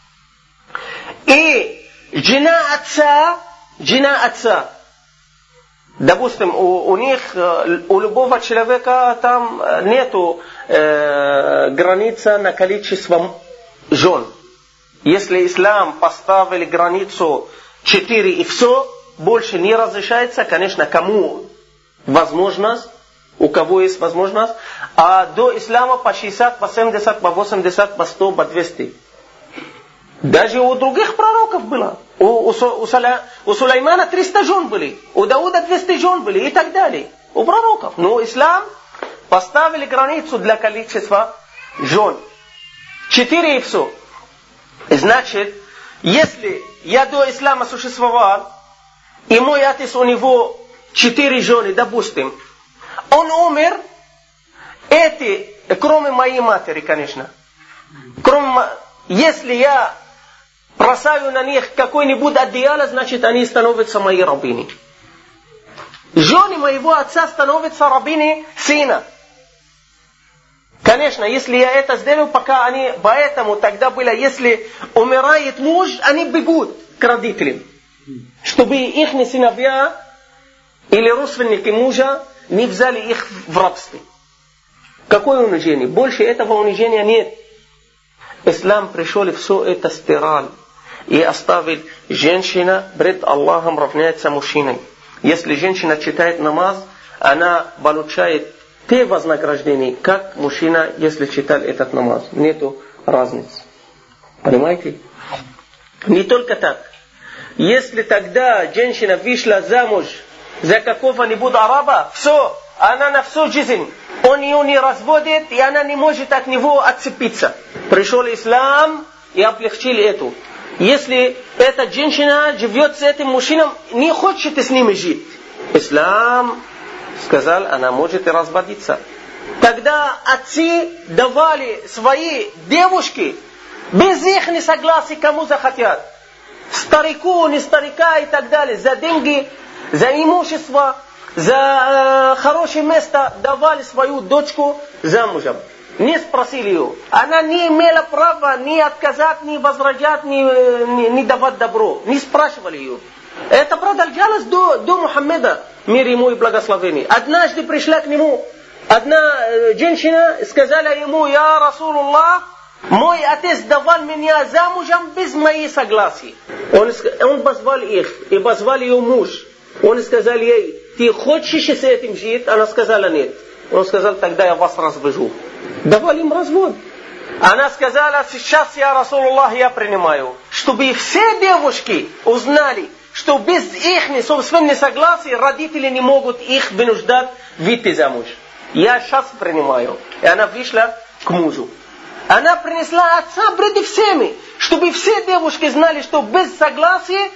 И жена отца, допустим, у них, у любого человека там нету границы на количество жен. Если ислам поставили границу 4 и все, больше не разрешается, конечно, кому возможность, у кого есть возможность, а до ислама по 60, по 70, по 80, по 100, по 200. Даже у других пророков было. У Сулеймана 300 жен были, у Дауда 200 жен были и так далее. У пророков. Но ислам поставили границу для количества жен. 4 и все. Значит, если я до ислама существовал, и мой отец у него 4 жены, допустим, он умер, кроме моей матери, конечно. Если я бросаю на них какой-нибудь одеяло, значит они становятся мои рабыни. Жены моего отца становятся рабыни сына. Конечно, если я это сделаю, пока они... Поэтому тогда было, если умирает муж, они бегут к родителям. Чтобы их сыновья или родственники мужа не взяли их в рабство. Какое унижение? Больше этого унижения нет. Ислам пришел и все это стирал. И оставил женщина пред Аллахом равняется мужчиной. Если женщина читает намаз, она получает те вознаграждения, как мужчина, если читал этот намаз. Нету разницы. Понимаете? Не только так. Если тогда женщина вышла замуж за какого-нибудь араба, все, она на всю жизнь, он ее не разводит, и она не может от него отцепиться. Пришел ислам и облегчил это. Если эта женщина живет с этим мужчиной, не хочет с ним жить, ислам сказал, она может и разводиться. Тогда отцы давали свои девушки без их согласия, кому захотят. Старику, не старика и так далее. За деньги, за имущество, за хорошее место давали свою дочку замужем. Не спросили ее. Она не имела права ни отказать, ни возражать, ни давать добро. Не спрашивали ее. Это продолжалось до Мухаммеда, мир ему и благословение. Однажды пришла к нему одна женщина, сказала ему: «Я Расулуллах, мой отец давал меня замужем без моей согласия». Он позвал их, и позвал ее муж. Он сказал ей: «Ты хочешь с этим жить?» Она сказала: «Нет». Он сказал: «Тогда я вас развяжу». Давали им развод. Она сказала: «Сейчас, я Расулуллах, я принимаю». Чтобы все девушки узнали, что без их собственного согласия родители не могут их вынуждать выйти замуж. Я сейчас принимаю. И она вышла к мужу. Она принесла отца пред всеми, чтобы все девушки знали, что без согласия,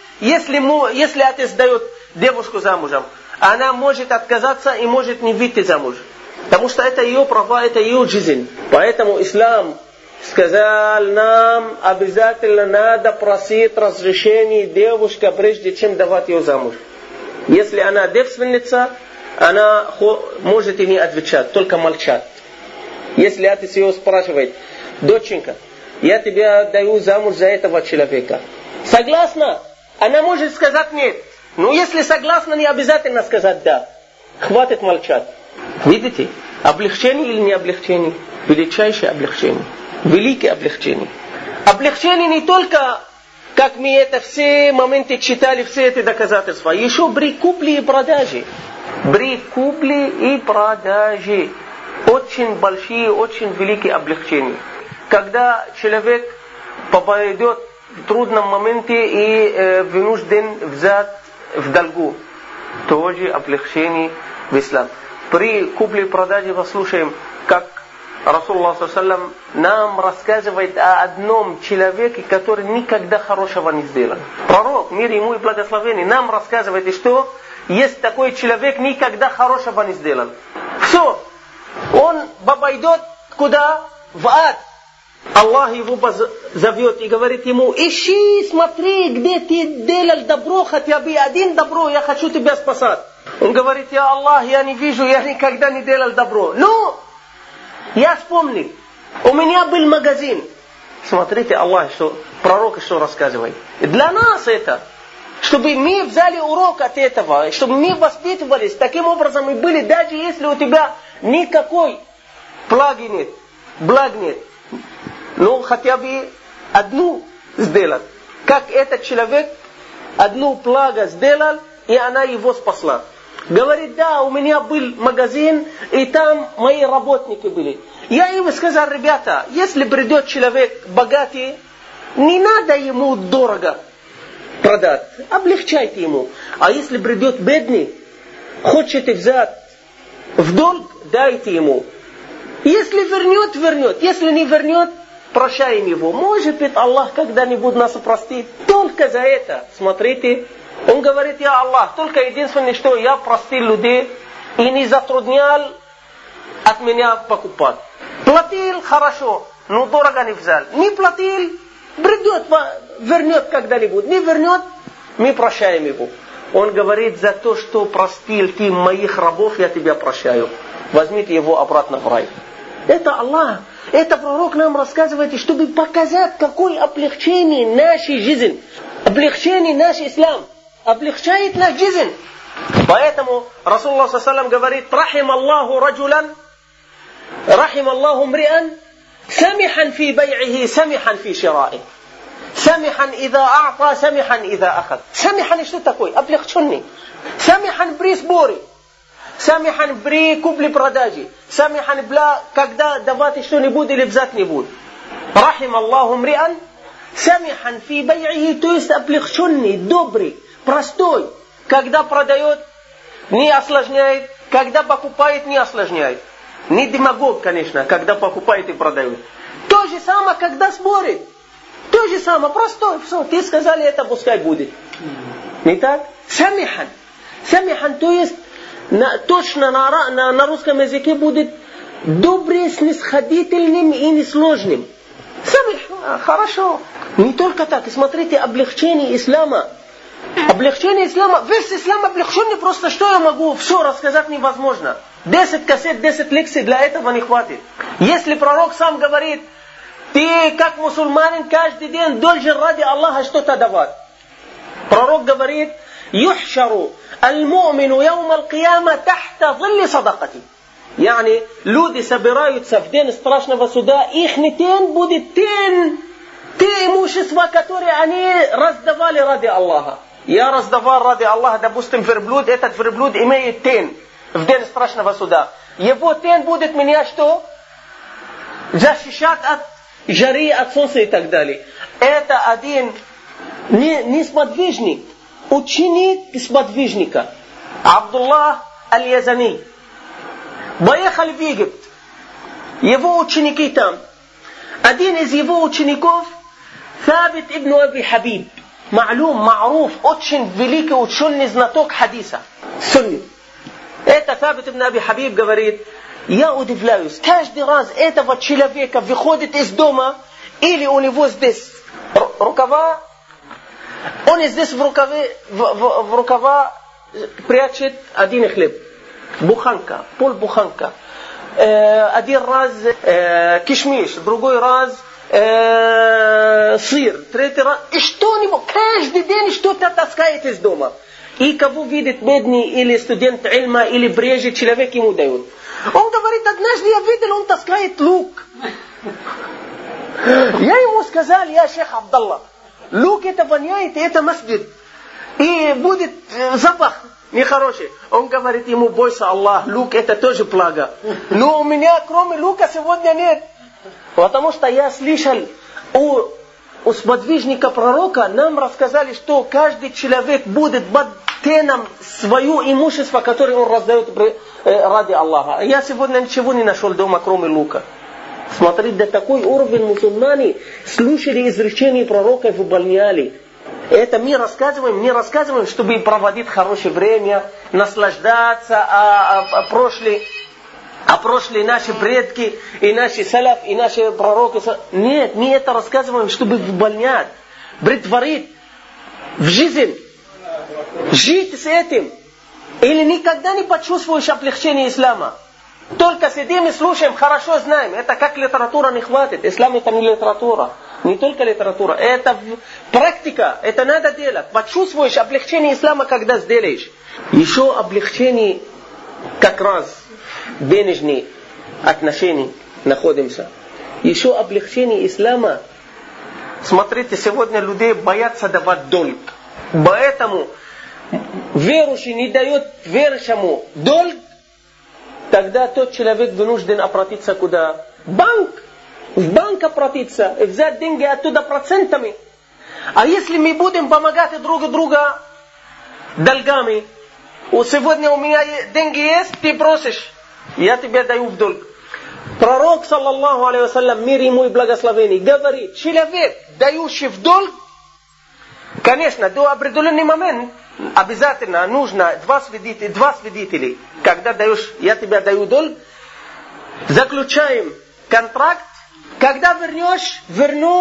если отец дает девушку замужем, она может отказаться и может не выйти замуж. Потому что это ее права, это ее жизнь. Поэтому ислам сказал нам, обязательно надо просить разрешение девушки, прежде чем давать ее замуж. Если она девственница, она может и не отвечать, только молчать. Если отец ее спрашивает: «Доченька, я тебя даю замуж за этого человека. Согласна?» Она может сказать «нет». Но если согласна, не обязательно сказать «да». Хватит молчать. Видите? Облегчение или не облегчение? Величайшее облегчение. Великое облегчение. Облегчение не только, как мы это все моменты читали, все эти доказательства. Еще при купле и продаже. При купле и продаже. Очень большие, очень великие облегчения. Когда человек попадет в трудном моменте и вынужден взять в долгу, тоже облегчение в ислам. При купле и продаже послушаем, как Расулуллах ﷺ нам рассказывает о одном человеке, который никогда хорошего не сделал. Пророк, мир ему и благословение, нам рассказывает, что есть такой человек, никогда хорошего не сделал. Все. Он пойдет куда? В ад. Аллах его зовет и говорит ему: «Ищи, смотри, где ты делал добро, хотя бы один добро, я хочу тебя спасать». Он говорит: «Я Аллах, я не вижу, я никогда не делал добро». Ну, я вспомнил, у меня был магазин. Смотрите, Аллах, пророк что рассказывает. Для нас это, чтобы мы взяли урок от этого, чтобы мы воспитывались, таким образом и были, даже если у тебя никакой благи нет, благ нет, но хотя бы одну сделать. Как этот человек одну благо сделал, и она его спасла. Говорит: «Да, у меня был магазин, и там мои работники были». Я им сказал: «Ребята, если придет человек богатый, не надо ему дорого продать, облегчайте ему. А если придет бедный, хочет взять в долг, дайте ему. Если вернет, вернет. Если не вернет, прощаем его. Может быть, Аллах когда-нибудь нас простит. Только за это, смотрите». Он говорит: «Я Аллах, только единственное, что я простил людей и не затруднял от меня покупать. Платил хорошо, но дорого не взял. Не платил, придет вернет когда-нибудь. Не вернет, мы прощаем его. Он говорит, за то, что простил ты моих рабов, я тебя прощаю. Возьмите его обратно в рай. Это Аллах. Это пророк нам рассказывает, чтобы показать, какое облегчение нашей жизни. Облегчение наш ислам. Облегчает наш жизнь. Поэтому Расулуллах ﷺ говорит, рахим Аллаху раджулян, рахим Аллаху мриан, самихан фи бай'ихи, самихан фи шира'i. Самихан ида а'та, самихан ида ахад. Самихан что такое? Облегченный. Самихан при сборе. Самихан при купле-продаже. Самихан когда давать что-нибудь или взять не будет. Рахим Аллаху мриан, самихан фи бай'ихи, то есть облегченный, добрый, простой. Когда продает, не осложняет. Когда покупает, не осложняет. Не демагог, конечно, когда покупает и продает. То же самое, когда спорит. То же самое, простой. Все, ты сказали, это пускай будет. Не так? Самихан. Самихан, то есть, точно на русском языке будет добрый, снисходительным и несложным. Самихан, хорошо. Не только так. Смотрите, облегчение ислама. Облегчение ислама. Весь ислам облегченный, просто что я могу все рассказать невозможно. 10 кассет, 10 лекций для этого не хватит. Если пророк сам говорит, ты как мусульманин каждый день должен ради Аллаха что-то давать. Пророк говорит, юхшару аль-му'мину яум аль-кияма тахта зилли садакати. Yani, люди собираются в день страшного суда, их тень будет те имущества, которые они раздавали ради Аллаха. Я раздавал ради Аллаха, допустим, верблюд, этот верблюд имеет тень в день страшного суда. Его тень будет меня что? Защищать от жары, от солнца и так далее. Это один не сподвижник, ученик сподвижника. Абдуллах аль-Язани. Поехали в Египет. Его ученики там. Один из его учеников, Сабит ибн Аби Хабиб. Ма'руф, очень великий ученый знаток хадиса. Сунни. Это Сабит ибн Аби Хабиб говорит, я удивляюсь, каждый раз этого человека выходит из дома, или у него здесь рукава, он здесь в рукава прячет один хлеб. Буханка, полбуханка. Один раз кишмиш, другой раз сыр, третий раз. И что-нибудь, каждый день что-то таскает из дома. И кого видит бедный или студент ильма, или брежет, человек ему дает. Он говорит, однажды я видел, он таскает лук. Я ему сказал, я шейх Абдалла, лук это воняет, это масджид. И будет запах нехороший. Он говорит ему, бойся Аллах, лук это тоже плага. Но у меня кроме лука сегодня нет. Потому что я слышал у сподвижника пророка, нам рассказали, что каждый человек будет под теном свое имущество, которое он раздает ради Аллаха. Я сегодня ничего не нашел дома, кроме лука. Смотрите, до такой уровень мусульмане слушали изречения пророка и выполняли. Это мы рассказываем, чтобы проводить хорошее время, наслаждаться, прошлые наши предки, и наши салаф, и наши пророки. Нет, мы это рассказываем, чтобы выполнять, претворить в жизнь, жить с этим. Или никогда не почувствуешь облегчение ислама. Только сидим и слушаем, хорошо знаем. Это как литература не хватит. Ислам это не литература. Не только литература. Это практика. Это надо делать. Почувствуешь облегчение ислама, когда сделаешь. Еще облегчение как раз денежные отношения находимся. Еще облегчение ислама. Смотрите, сегодня людей боятся давать долг. Поэтому верующий не дает верующему долг, тогда тот человек вынужден обратиться куда? В банк обратиться, и взять деньги оттуда процентами. А если мы будем помогать друг другу долгами, сегодня у меня деньги есть, ты просишь, я тебе даю в долг. Пророк, саллаллаху алейхи вассалям, мир ему и благословение, говорит, человек, дающий в долг, конечно, до определенный момент обязательно нужно два свидетелей. Когда даешь, я тебе даю долг, заключаем контракт, когда вернешь, верну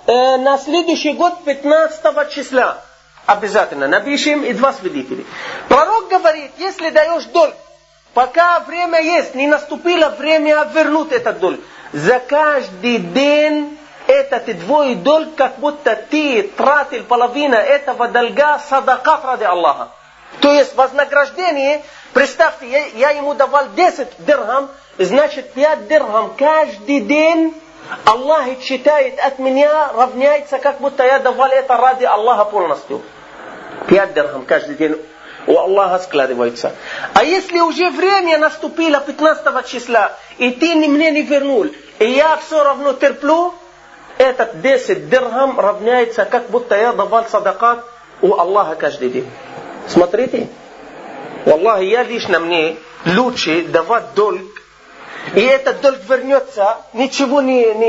на следующий год 15 числа. Обязательно напишем и 2 свидетеля. Пророк говорит, если даешь долг, пока время есть, не наступило время вернуть этот долг. За каждый день этот твой долг, как будто ты тратил половину этого долга садакат ради Аллаха. То есть вознаграждение, представьте, я ему давал 10 дирхам, значит 5 дирхам каждый день Аллах считает от меня, равняется, как будто я давал это ради Аллаха полностью. 5 дирхам каждый день у Аллаха складывается. А если уже время наступило 15 числа, и ты мне не вернул, и я все равно терплю, этот 10 дирхам равняется, как будто я давал садакат у Аллаха каждый день. Смотрите. Аллах, я лично мне лучше давать долг, и этот долг вернется, ничего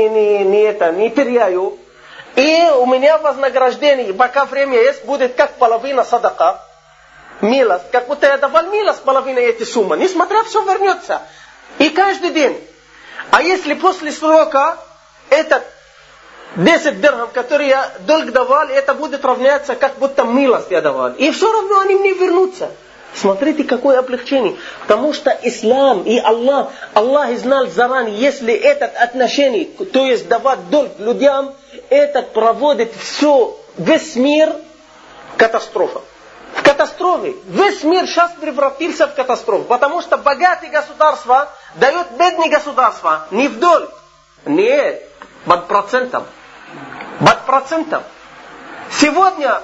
не теряю, и у меня вознаграждение, пока время есть, будет как половина садака, милость, как будто я давал милость половиной этой суммы, несмотря все вернется. И каждый день. А если после срока этот 10 дирхам, который я долг давал, это будет равняться, как будто милость я давал. И все равно они мне вернутся. Смотрите, какое облегчение. Потому что ислам и Аллах знал заранее, если это отношение, то есть давать долг людям, это проводит все, весь мир катастрофа. В катастрофе. Весь мир сейчас превратился в катастрофу. Потому что богатые государства дают бедные государства не в долг. Нет, под процентом. Под процентом. Сегодня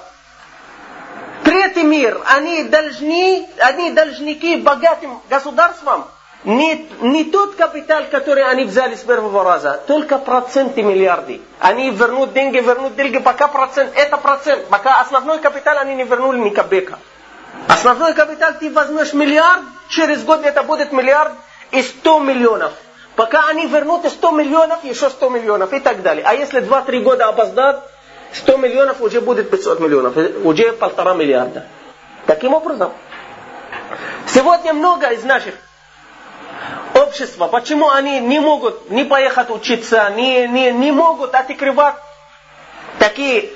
третий мир, они должники богатым государствам. Не тот капитал, который они взяли с первого раза, только проценты миллиарды. Они вернут деньги, пока процент, это процент. Пока основной капитал они не вернули ни копейка. Основной капитал ты возьмешь миллиард, через год это будет миллиард и 100 миллионов. Пока они вернут 100 миллионов, еще 100 миллионов и так далее. А если 2-3 года опоздать, 100 миллионов уже будет 500 миллионов, уже 1,5 миллиарда. Таким образом, сегодня много из наших общества, почему они не могут не поехать учиться, не могут открывать такие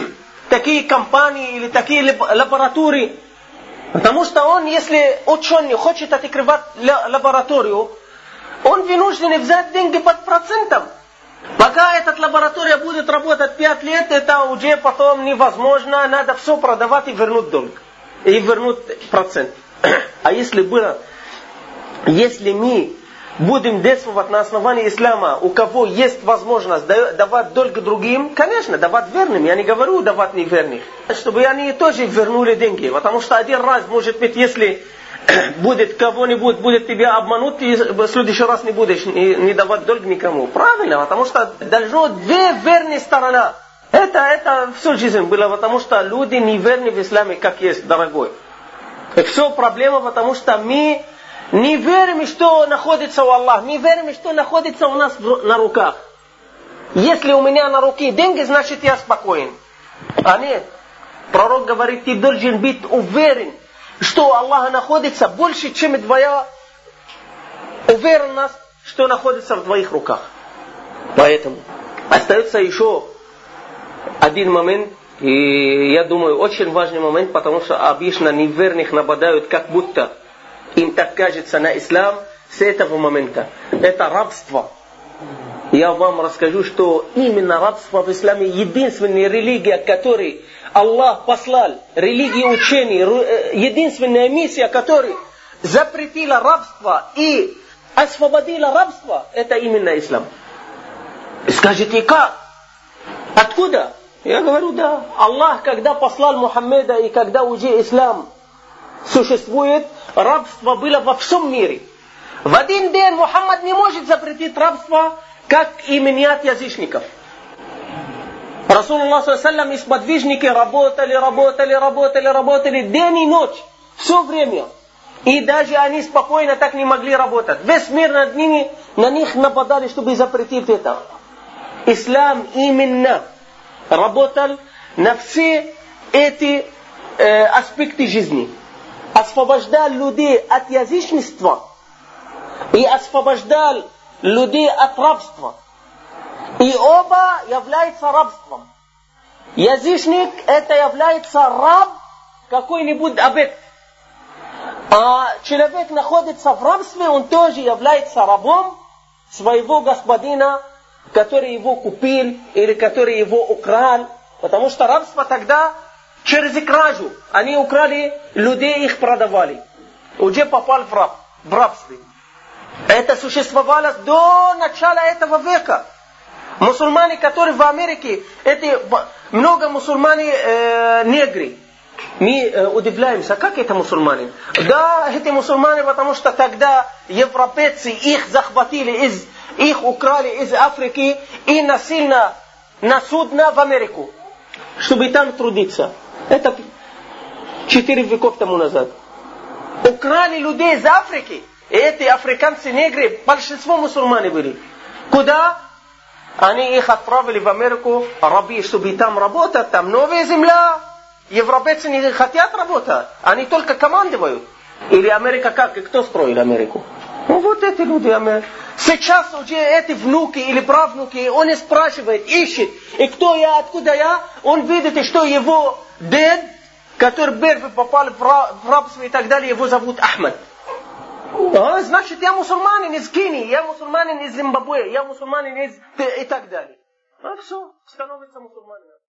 компании или такие лаборатории. Потому что он, если ученый хочет открывать лабораторию, он вынужден взять деньги под процентом. Пока эта лаборатория будет работать 5 лет, это уже потом невозможно, надо все продавать и вернуть долг. И вернуть процент. А если мы будем действовать на основании ислама, у кого есть возможность давать долг другим, конечно, давать верным, я не говорю давать неверным, чтобы они тоже вернули деньги. Потому что один раз, может быть, если будет кого-нибудь, будет тебя обмануть, ты в следующий раз не будешь не давать долг никому. Правильно, потому что должно 2 верные стороны. Это всю жизнь было, потому что люди неверны в исламе, как есть, дорогой. И все проблема, потому что мы не верим, что находится у Аллаха, не верим, что находится у нас на руках. Если у меня на руке деньги, значит я спокоен. А нет. Пророк говорит, ты должен быть уверен, что у Аллаха находится больше, чем твоя уверенность, что находится в твоих руках. Поэтому остается еще один момент, и я думаю, очень важный момент, потому что обычно неверных нападают, как будто им так кажется на ислам с этого момента. Это рабство. Я вам расскажу, что именно рабство в исламе единственная религия, которую Аллах послал, религия учения, единственная миссия, которая запретила рабство и освободила рабство, это именно ислам. Скажите, как? Откуда? Я говорю, да. Аллах, когда послал Мухаммеда и когда уже ислам существует, рабство было во всем мире. В один день Мухаммад не может запретить рабство, как и менять язычников. Расулуллах ﷺ и сподвижники работали день и ночь, все время. И даже они спокойно так не могли работать. Весь мир на них нападали, чтобы запретить это. Ислам именно работал на все эти аспекты жизни. Освобождал людей от язычества и освобождал людей от рабства. И оба являются рабством. Язычник это является раб какой-нибудь объект. А человек находится в рабстве, он тоже является рабом своего господина, который его купил или который его украл. Потому что рабство тогда через кражу. Они украли людей, их продавали. Уже попал в рабстве. Это существовало до начала этого века. Мусульмане, которые в Америке, много мусульмане негры. Мы удивляемся, как это мусульмане? Да, эти мусульмане, потому что тогда европейцы их захватили, их украли из Африки и насильно на судно в Америку, чтобы там трудиться. Это 4 века тому назад. Украли людей из Африки. И эти африканцы негры, большинство мусульмане были. Куда? Они их отправили в Америку, раби, чтобы там работать, там новая земля. Европейцы не хотят работать, они только командуют. Или Америка как? Кто строил Америку? Ну вот эти люди. Сейчас уже эти внуки или правнуки, он спрашивает, ищет, и кто я, откуда я, он видит, что его дед, который первый попал в рабство и так далее, его зовут Ахмед. Значит, я мусульманин из Кении, я мусульманин из Зимбабве, я мусульманин из... и так далее. Все, становится мусульманином.